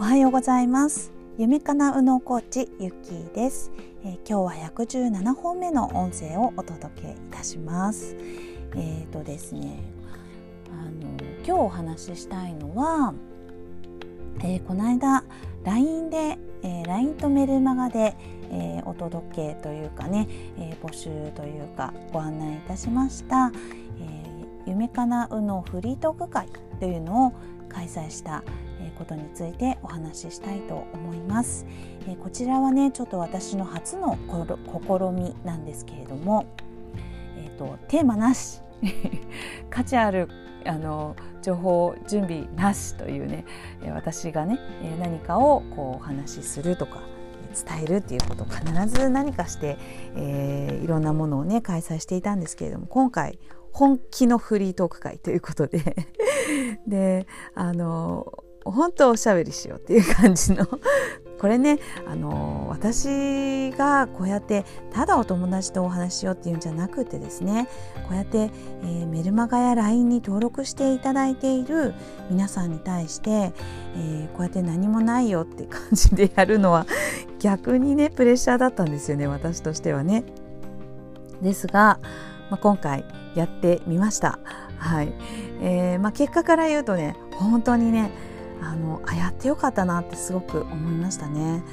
おはようございます。夢かなうのコーチゆきです。今日は117本目の音声をお届けいたします。ですね、今日お話ししたいのは、この間 LINE で、LINE とメルマガで、お届けというかね、募集というかご案内いたしました、夢かなうのフリートーク会というのを開催したことについてお話ししたいと思います。こちらはねちょっと私の初の試みなんですけれども、テーマなし価値ある情報準備なしというね、私がね何かをこうお話しするとか伝えるっていうことを必ず何かして、いろんなものをね開催していたんですけれども、今回本気のフリートーク会ということでで本当おしゃべりしようっていう感じのこれね私がこうやってただお友達とお話ししようっていうんじゃなくてですね、こうやって、メルマガや LINE に登録していただいている皆さんに対して、こうやって何もないよって感じでやるのは逆にねプレッシャーだったんですよね、私としてはね。ですが、今回やってみました。はい。結果から言うとね本当にねやってよかったなってすごく思いましたね。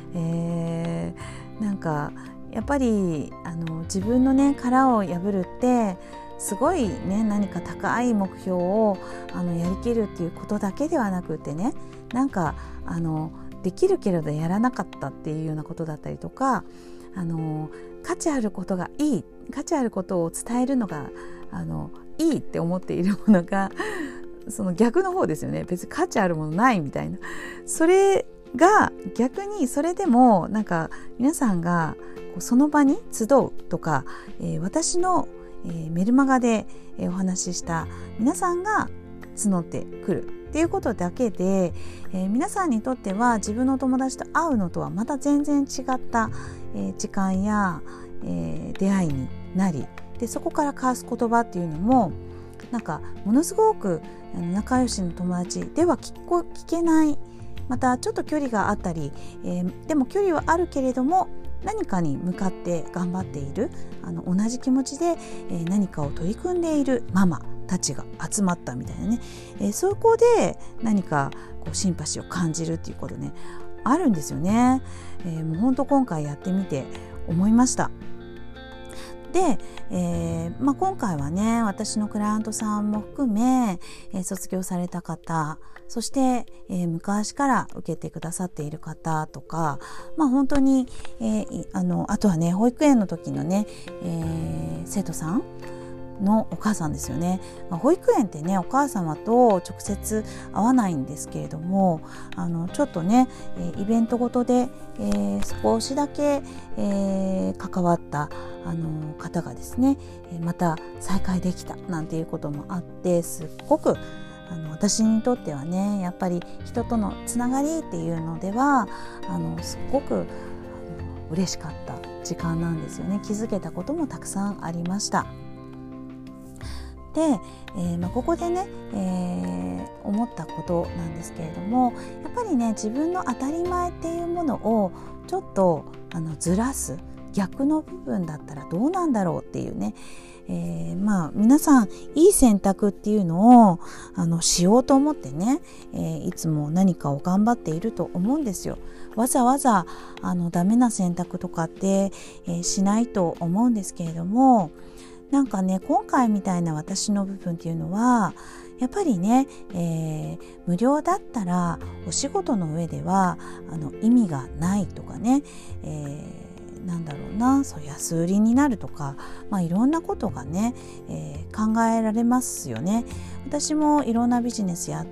なんかやっぱり自分のね殻を破るってすごいね何か高い目標をやりきるっていうことだけではなくてね、なんかできるけれどやらなかったっていうようなことだったりとか、価値あることがいい、価値あることを伝えるのがいいって思っているものがその逆の方ですよね。別に価値あるものないみたいな、それが逆にそれでもなんか皆さんがその場に集うとか、私の、メルマガでお話しした皆さんが募ってくるっていうことだけで、皆さんにとっては自分の友達と会うのとはまた全然違った、時間や、出会いになり、でそこから交わす言葉っていうのもなんかものすごく仲良しの友達では聞けない、またちょっと距離があったり、でも距離はあるけれども何かに向かって頑張っている同じ気持ちで、何かを取り組んでいるママたちが集まったみたいなね、そこで何かこうシンパシーを感じるっていうことねあるんですよね。もう本当今回やってみて思いました。で、今回はね私のクライアントさんも含め、卒業された方、そして、昔から受けてくださっている方とか、本当に、あとはね保育園の時のね、生徒さんのお母さんですよね。保育園ってねお母様と直接会わないんですけれども、ちょっとねイベントごとで、少しだけ、関わった方がですねまた再会できたなんていうこともあって、すっごく私にとってはねやっぱり人とのつながりっていうのではすっごく嬉しかった時間なんですよね。気づけたこともたくさんありました。で、ここでね、思ったことなんですけれども、やっぱりね自分の当たり前っていうものをちょっとずらす逆の部分だったらどうなんだろうっていうね、皆さんいい選択っていうのをしようと思ってね、いつも何かを頑張っていると思うんですよ。わざわざダメな選択とかって、しないと思うんですけれども、なんかね今回みたいな私の部分っていうのはやっぱりね、無料だったらお仕事の上では意味がないとかね、なんだろうな、そう安売りになるとか、いろんなことがね、考えられますよね。私もいろんなビジネスや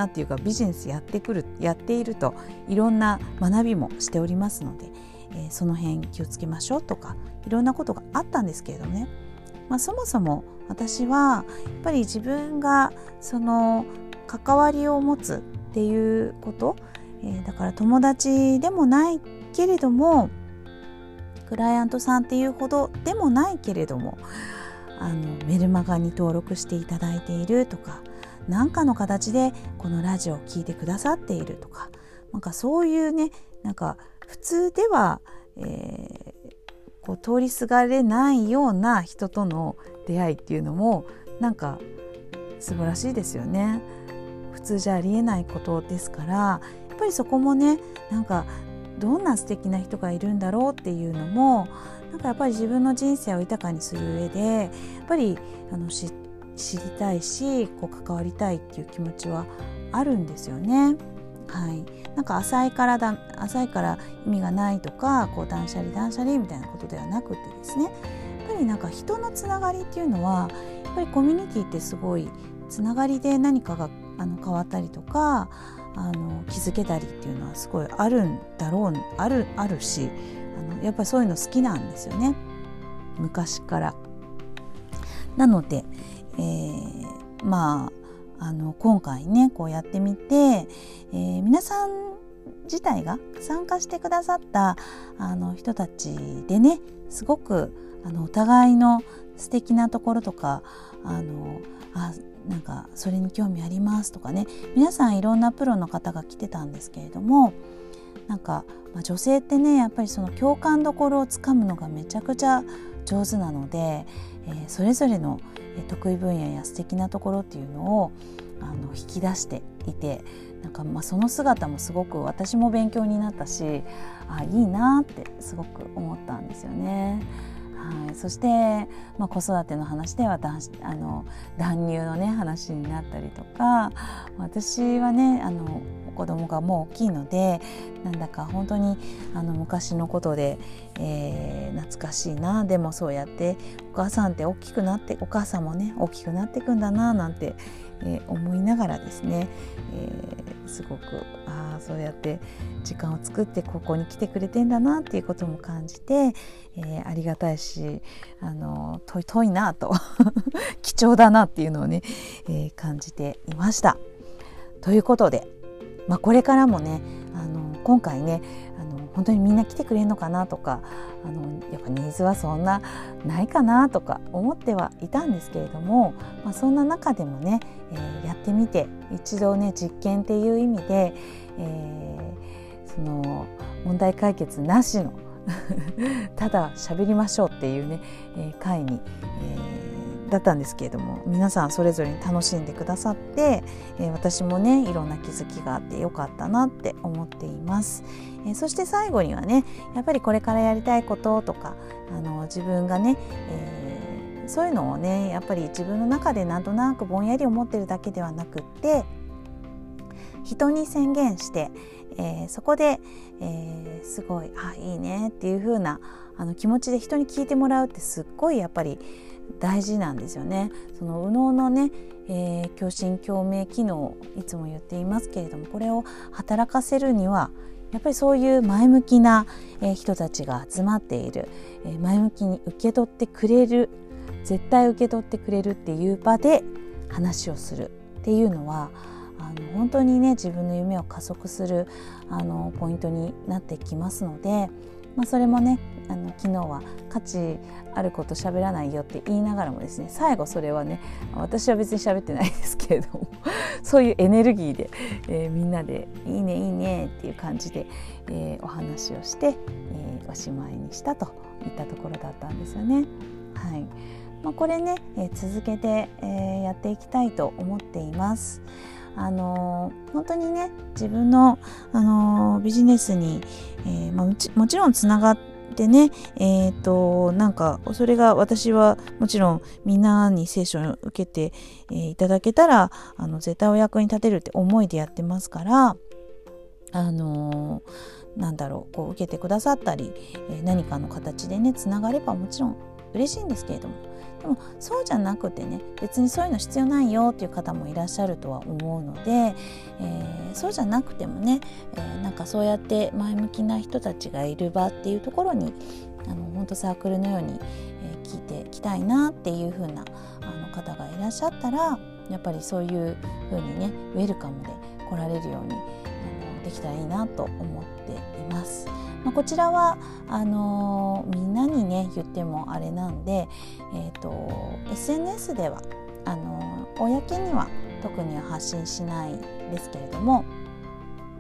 っているといろんな学びもしておりますので、その辺気をつけましょうとかいろんなことがあったんですけれどもね、そもそも私はやっぱり自分がその関わりを持つっていうこと、だから友達でもないけれどもクライアントさんっていうほどでもないけれどもメルマガに登録していただいているとか、何かの形でこのラジオを聞いてくださっているとか、 なんかそういうね、なんか普通では、こう通りすがれないような人との出会いっていうのもなんか素晴らしいですよね。普通じゃありえないことですから、やっぱりそこもね、なんかどんな素敵な人がいるんだろうっていうのも、なんかやっぱり自分の人生を豊かにする上でやっぱり知りたいし、こう関わりたいっていう気持ちはあるんですよね。はい、なんか浅いから意味がないとか、こう断捨離みたいなことではなくてですね、やっぱりなんか人のつながりっていうのは、やっぱりコミュニティってすごいつながりで何かが変わったりとか気づけたりっていうのはすごいあるんだろうあるし、やっぱりそういうの好きなんですよね、昔から。なので、今回ねこうやってみて、皆さん自体が参加してくださった人たちでね、すごくお互いの素敵なところとかなんかそれに興味ありますとかね、皆さんいろんなプロの方が来てたんですけれども、なんか、女性ってねやっぱりその共感どころをつかむのがめちゃくちゃ上手なので、それぞれの得意分野や素敵なところっていうのを引き出していて、なんかその姿もすごく私も勉強になったし、いいなってすごく思ったんですよね。はい、そして、子育ての話では断乳のね話になったりとか、私はね子供がもう大きいので、なんだか本当に昔のことで、懐かしいな。でもそうやってお母さんもね大きくなっていくんだななんて、思いながらですね、すごくそうやって時間を作ってここに来てくれてんだなっていうことも感じて、ありがたいし遠いなと貴重だなっていうのをね、感じていました。ということで、これからもね今回ね本当にみんな来てくれるのかなとかやっぱニーズはそんなないかなとか思ってはいたんですけれども、そんな中でもね、やってみて一度ね実験っていう意味で、その問題解決なしのただ喋りましょうっていうね、会に、だったんですけれども、皆さんそれぞれに楽しんでくださって、私もねいろんな気づきがあってよかったなって思っています。そして最後にはねやっぱりこれからやりたいこととか自分がね、そういうのをねやっぱり自分の中でなんとなくぼんやり思ってるだけではなくって、人に宣言して、そこで、すごいいいねっていう風な気持ちで人に聞いてもらうってすっごいやっぱり大事なんですよね。その右脳のね、共振共鳴機能いつも言っていますけれども、これを働かせるにはやっぱりそういう前向きな人たちが集まっている、前向きに受け取ってくれる、絶対受け取ってくれるっていう場で話をするっていうのは本当にね自分の夢を加速するポイントになってきますので、それもね昨日は価値あること喋らないよって言いながらもですね、最後それはね私は別に喋ってないですけれどもそういうエネルギーで、みんなでいいねいいねっていう感じで、お話をして、おしまいにしたといったところだったんですよね。はい、これね、続けて、やっていきたいと思っています。本当にね自分の、ビジネスに、もちろんつながってね、なんかそれが私はもちろんみんなに聖書を受けて、いただけたら絶対お役に立てるって思いでやってますから、なんだろう、こう受けてくださったり、何かの形でねつながればもちろん嬉しいんですけれども、でもそうじゃなくてね別にそういうの必要ないよっていう方もいらっしゃるとは思うので、そうじゃなくてもね、なんかそうやって前向きな人たちがいる場っていうところに本当サークルのように、聞いていきたいなっていう風な方がいらっしゃったら、やっぱりそういう風にねウェルカムで来られるようにできたらいいなと思っています。こちらはみんなにね言ってもあれなんで、SNS では公には特には発信しないですけれども、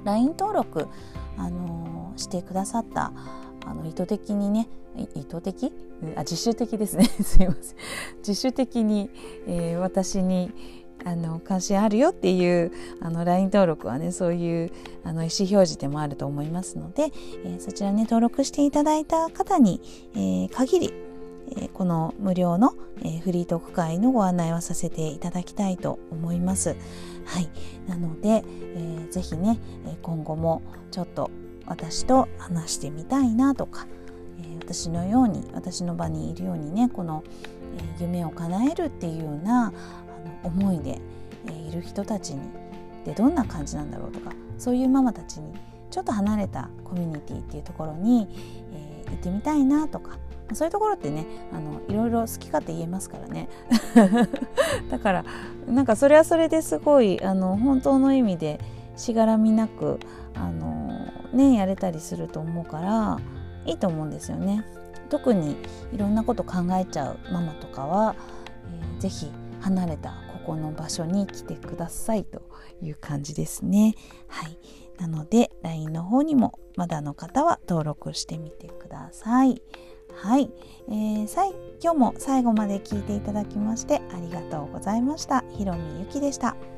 LINE 登録、してくださった意図的にね自主的ですねすいません自主的に、私に関心あるよっていうLINE 登録はね、そういう意思表示でもあると思いますので、そちらね登録していただいた方に、限り、この無料の、フリートーク会のご案内はさせていただきたいと思います。はい、なので、ぜひね今後もちょっと私と話してみたいなとか、私の場にいるようにねこの、夢を叶えるっていうような思いで、いる人たちにでどんな感じなんだろうとか、そういうママたちにちょっと離れたコミュニティっていうところに、行ってみたいなとか、そういうところってねいろいろ好き勝手言えますからねだからなんかそれはそれですごい本当の意味でしがらみなくやれたりすると思うからいいと思うんですよね。特にいろんなこと考えちゃうママとかは、ぜひ離れたここの場所に来てくださいという感じですね。はい、なので LINE の方にもまだの方は登録してみてください。はい、今日も最後まで聞いていただきましてありがとうございました。ひろみゆきでした。